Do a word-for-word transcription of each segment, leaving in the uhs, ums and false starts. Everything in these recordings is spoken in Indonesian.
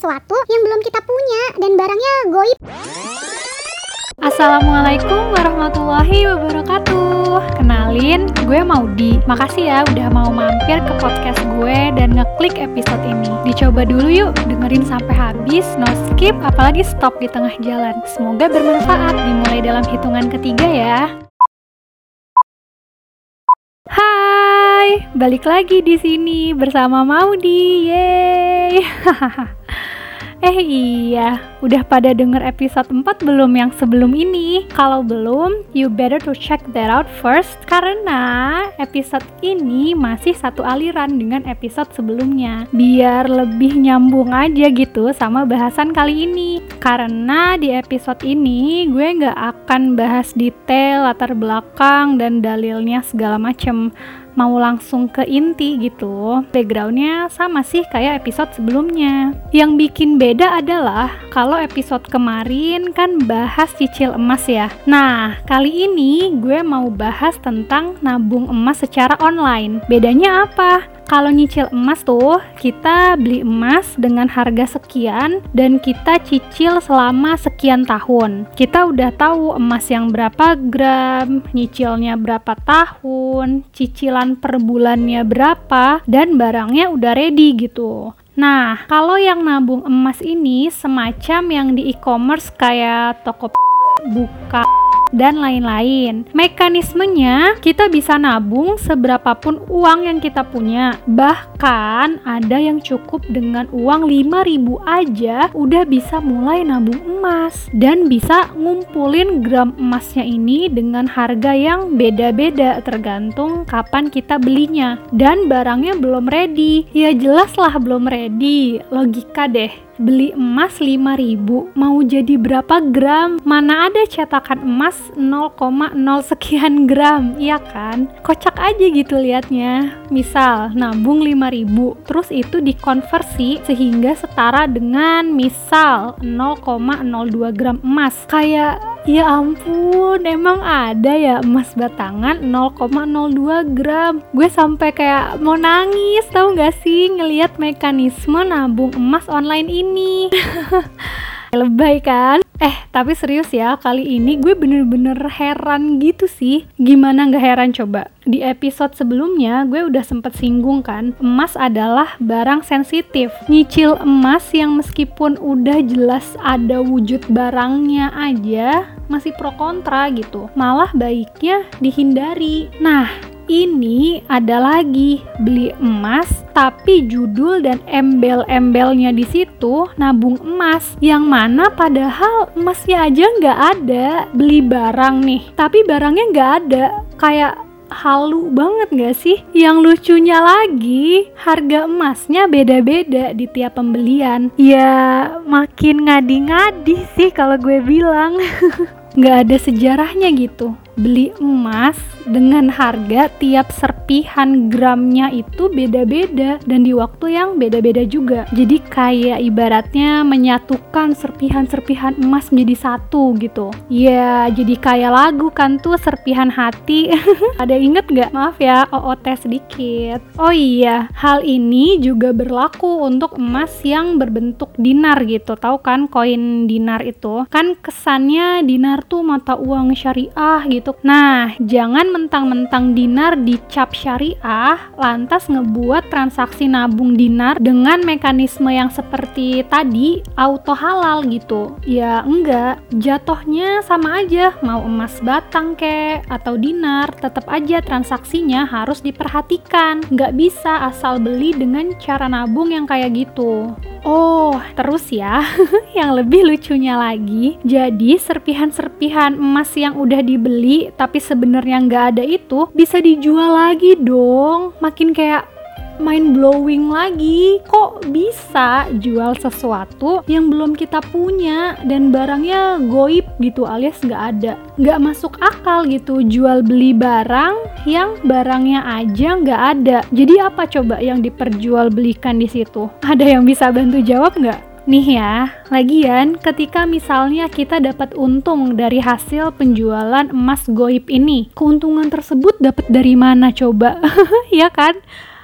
sesuatu yang belum kita punya dan barangnya goib. Assalamualaikum warahmatullahi wabarakatuh. Kenalin, gue Maudi. Makasih ya udah mau mampir ke podcast gue dan ngeklik episode ini. Dicoba dulu yuk, dengerin sampai habis, no skip, apalagi stop di tengah jalan. Semoga bermanfaat. Dimulai dalam hitungan ketiga ya. Hai, balik lagi di sini bersama Maudi. Yeay. Eh iya, udah pada denger episode empat belum yang sebelum ini? Kalau belum, you better to check that out first, karena episode ini masih satu aliran dengan episode sebelumnya, biar lebih nyambung aja gitu sama bahasan kali ini. Karena di episode ini gue gak akan bahas detail latar belakang dan dalilnya segala macem, mau langsung ke inti gitu. Backgroundnya sama sih kayak episode sebelumnya. Yang bikin beda adalah kalau episode kemarin kan bahas cicil emas ya. Nah, kali ini gue mau bahas tentang nabung emas secara online. Bedanya apa? Kalau nyicil emas tuh, kita beli emas dengan harga sekian dan kita cicil selama sekian tahun. Kita udah tahu emas yang berapa gram, nyicilnya berapa tahun, cicilan per bulannya berapa, dan barangnya udah ready gitu. Nah, kalau yang nabung emas ini semacam yang di e-commerce kayak toko buka dan lain-lain. Mekanismenya, kita bisa nabung seberapapun uang yang kita punya. Bahkan ada yang cukup dengan uang lima ribu aja udah bisa mulai nabung emas dan bisa ngumpulin gram emasnya ini dengan harga yang beda-beda tergantung kapan kita belinya dan barangnya belum ready. Ya jelas lah belum ready, logika deh. Beli emas lima ribu, mau jadi berapa gram? Mana ada cetakan emas nol koma nol sekian gram, iya kan? Kocak aja gitu liatnya. Misal, nabung lima ribu, terus itu dikonversi sehingga setara dengan misal nol koma nol dua gram emas. Kayak, ya ampun, emang ada ya emas batangan nol koma nol dua gram? Gue sampai kayak mau nangis, tau gak sih ngeliat mekanisme nabung emas online ini. Ini lebay kan? Eh tapi serius ya, kali ini gue bener-bener heran gitu sih. Gimana gak heran coba? Di episode sebelumnya gue udah sempet singgung kan, emas adalah barang sensitif. Nyicil emas yang meskipun udah jelas ada wujud barangnya aja masih pro kontra gitu, malah baiknya dihindari. Nah, ini ada lagi, beli emas tapi judul dan embel-embelnya di situ nabung emas, yang mana padahal emasnya aja nggak ada. Beli barang nih tapi barangnya nggak ada, kayak halu banget gak sih? Yang lucunya lagi, harga emasnya beda-beda di tiap pembelian. Ya makin ngadi-ngadi sih kalau gue bilang. Gak ada sejarahnya gitu. Beli emas dengan harga tiap serpihan gramnya itu beda-beda dan di waktu yang beda-beda juga. Jadi kayak ibaratnya menyatukan serpihan-serpihan emas menjadi satu gitu. Ya jadi kayak lagu kan tuh, Serpihan Hati. Ada inget gak? Maaf ya, O O T sedikit. Oh iya, hal ini juga berlaku untuk emas yang berbentuk dinar gitu. Tahu kan koin dinar itu? Kan kesannya dinar tuh mata uang syariah gitu. Nah, jangan mentang-mentang dinar dicap syariah, lantas ngebuat transaksi nabung dinar dengan mekanisme yang seperti tadi, auto halal gitu. Ya enggak, jatuhnya sama aja, mau emas batang kek atau dinar, tetap aja transaksinya harus diperhatikan. Nggak bisa asal beli dengan cara nabung yang kayak gitu. Oh, terus ya, yang lebih lucunya lagi, jadi serpihan-serpihan emas yang udah dibeli tapi sebenarnya nggak ada itu bisa dijual lagi dong. Makin kayak mind blowing lagi, kok bisa jual sesuatu yang belum kita punya dan barangnya goib gitu alias nggak ada. Nggak masuk akal gitu jual beli barang yang barangnya aja nggak ada. Jadi apa coba yang diperjualbelikan di situ? Ada yang bisa bantu jawab nggak? Nih ya, lagian ketika misalnya kita dapat untung dari hasil penjualan emas goib ini, keuntungan tersebut dapat dari mana coba? Ya kan?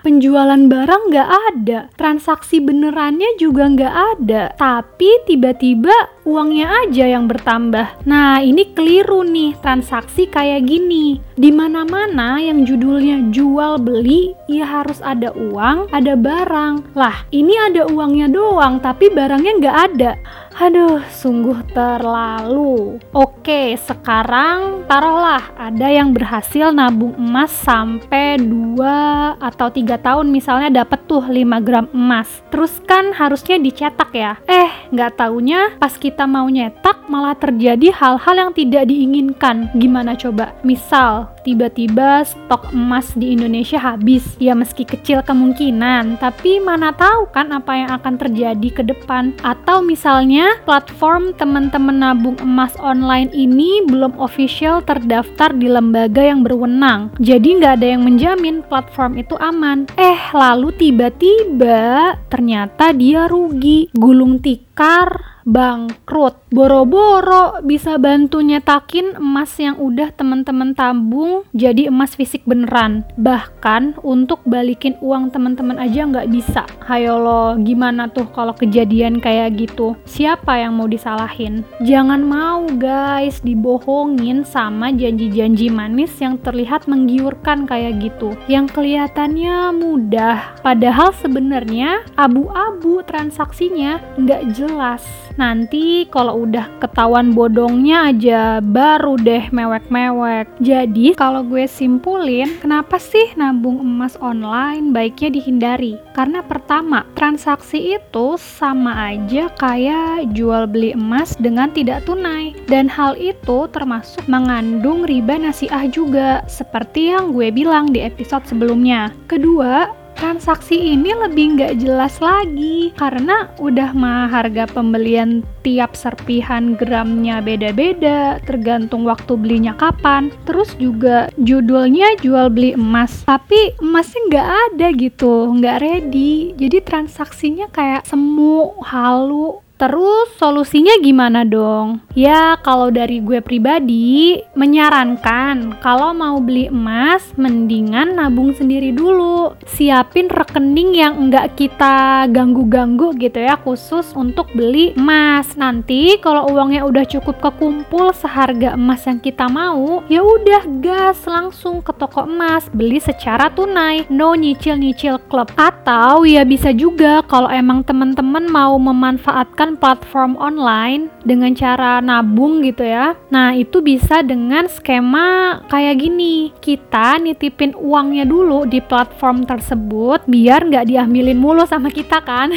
penjualan barang nggak ada, transaksi benerannya juga nggak ada, tapi tiba-tiba uangnya aja yang bertambah. Nah, ini keliru nih transaksi kayak gini. Di mana-mana yang judulnya jual beli, ya harus ada uang, ada barang. Lah, ini ada uangnya doang, tapi barangnya nggak ada. Aduh, sungguh terlalu. Oke, sekarang taruhlah ada yang berhasil nabung emas sampai dua atau tiga tahun, misalnya dapat tuh lima gram emas. Terus kan harusnya dicetak ya. Eh, nggak taunya pas kita mau nyetak malah terjadi hal-hal yang tidak diinginkan. Gimana coba? Misal, tiba-tiba stok emas di Indonesia habis. Ya meski kecil kemungkinan, tapi mana tahu kan apa yang akan terjadi ke depan. Atau misalnya platform teman-teman nabung emas online ini belum official terdaftar di lembaga yang berwenang, jadi nggak ada yang menjamin platform itu aman. Eh, lalu tiba-tiba ternyata dia rugi, gulung tikar, bangkrut. Boro-boro bisa bantu nyetakin emas yang udah teman-teman tabung jadi emas fisik beneran. Bahkan untuk balikin uang teman-teman aja nggak bisa. Hayo lo, gimana tuh kalau kejadian kayak gitu? Siapa yang mau disalahin? Jangan mau guys dibohongin sama janji-janji manis yang terlihat menggiurkan kayak gitu, yang kelihatannya mudah, padahal sebenarnya abu-abu transaksinya nggak jelas. Nanti kalau udah ketahuan bodongnya aja baru deh mewek-mewek. Jadi kalau gue simpulin, kenapa sih nabung emas online baiknya dihindari? Karena pertama, transaksi itu sama aja kayak jual beli emas dengan tidak tunai, dan hal itu termasuk mengandung riba nasiah juga, seperti yang gue bilang di episode sebelumnya. Kedua, transaksi ini lebih nggak jelas lagi karena udah mah harga pembelian tiap serpihan gramnya beda-beda tergantung waktu belinya kapan. Terus juga judulnya jual beli emas, tapi emasnya nggak ada gitu, nggak ready. Jadi transaksinya kayak semu, halu. Terus solusinya gimana dong? Ya kalau dari gue pribadi menyarankan kalau mau beli emas mendingan nabung sendiri dulu. Siapin rekening yang enggak kita ganggu-ganggu gitu ya, khusus untuk beli emas. Nanti kalau uangnya udah cukup kekumpul seharga emas yang kita mau, ya udah gas langsung ke toko emas, beli secara tunai, no nyicil-nyicil klub. Atau ya bisa juga kalau emang teman-teman mau memanfaatkan platform online dengan cara nabung gitu ya. Nah, itu bisa dengan skema kayak gini. Kita nitipin uangnya dulu di platform tersebut biar nggak diambilin mulu sama kita kan.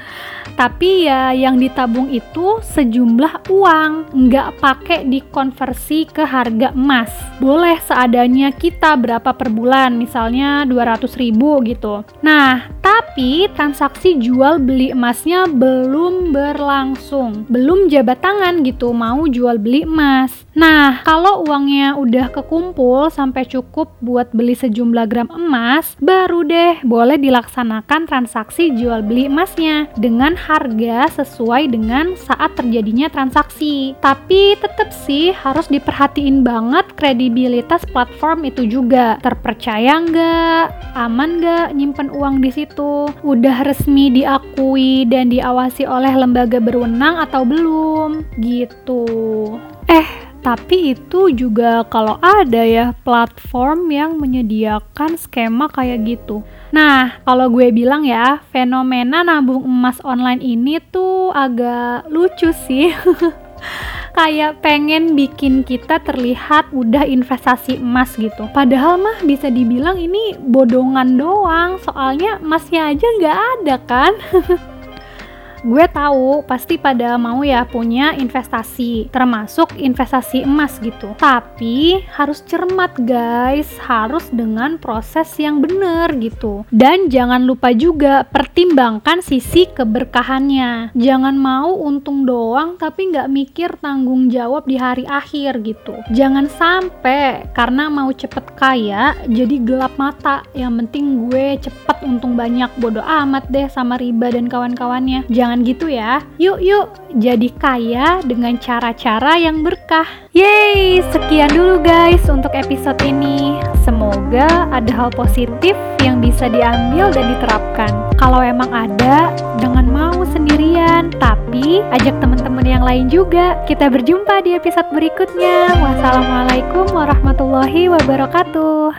Tapi ya yang ditabung itu sejumlah uang, nggak pakai dikonversi ke harga emas. Boleh seadanya kita berapa per bulan, misalnya dua ratus ribu gitu. Nah, tapi transaksi jual beli emasnya belum berlangsung, belum jabat tangan gitu mau jual beli emas. Nah, kalau uangnya udah kekumpul sampai cukup buat beli sejumlah gram emas, baru deh boleh dilaksanakan transaksi jual beli emasnya dengan harga sesuai dengan saat terjadinya transaksi. Tapi tetap sih harus diperhatiin banget kredibilitas platform itu juga. Terpercaya nggak? Aman nggak nyimpen uang di situ? Udah resmi diakui dan diawasi oleh lembaga berwenang atau belum? Gitu. Eh, tapi itu juga kalau ada ya platform yang menyediakan skema kayak gitu. Nah, kalau gue bilang ya, fenomena nabung emas online ini tuh agak lucu sih. Kayak pengen bikin kita terlihat udah investasi emas gitu. Padahal mah bisa dibilang ini bodongan doang, soalnya emasnya aja nggak ada kan. Gue tahu pasti pada mau ya punya investasi, termasuk investasi emas gitu. Tapi harus cermat guys, harus dengan proses yang benar gitu. Dan jangan lupa juga pertimbangkan sisi keberkahannya. Jangan mau untung doang tapi nggak mikir tanggung jawab di hari akhir gitu. Jangan sampai karena mau cepet kaya jadi gelap mata. Yang penting gue cepet untung banyak, bodo amat deh sama riba dan kawan-kawannya. Jangan jangan gitu ya. Yuk yuk, jadi kaya dengan cara-cara yang berkah. Yeay, sekian dulu guys untuk episode ini. Semoga ada hal positif yang bisa diambil dan diterapkan. Kalau emang ada, jangan mau sendirian, tapi ajak teman-teman yang lain juga. Kita berjumpa di episode berikutnya. Wassalamualaikum warahmatullahi wabarakatuh.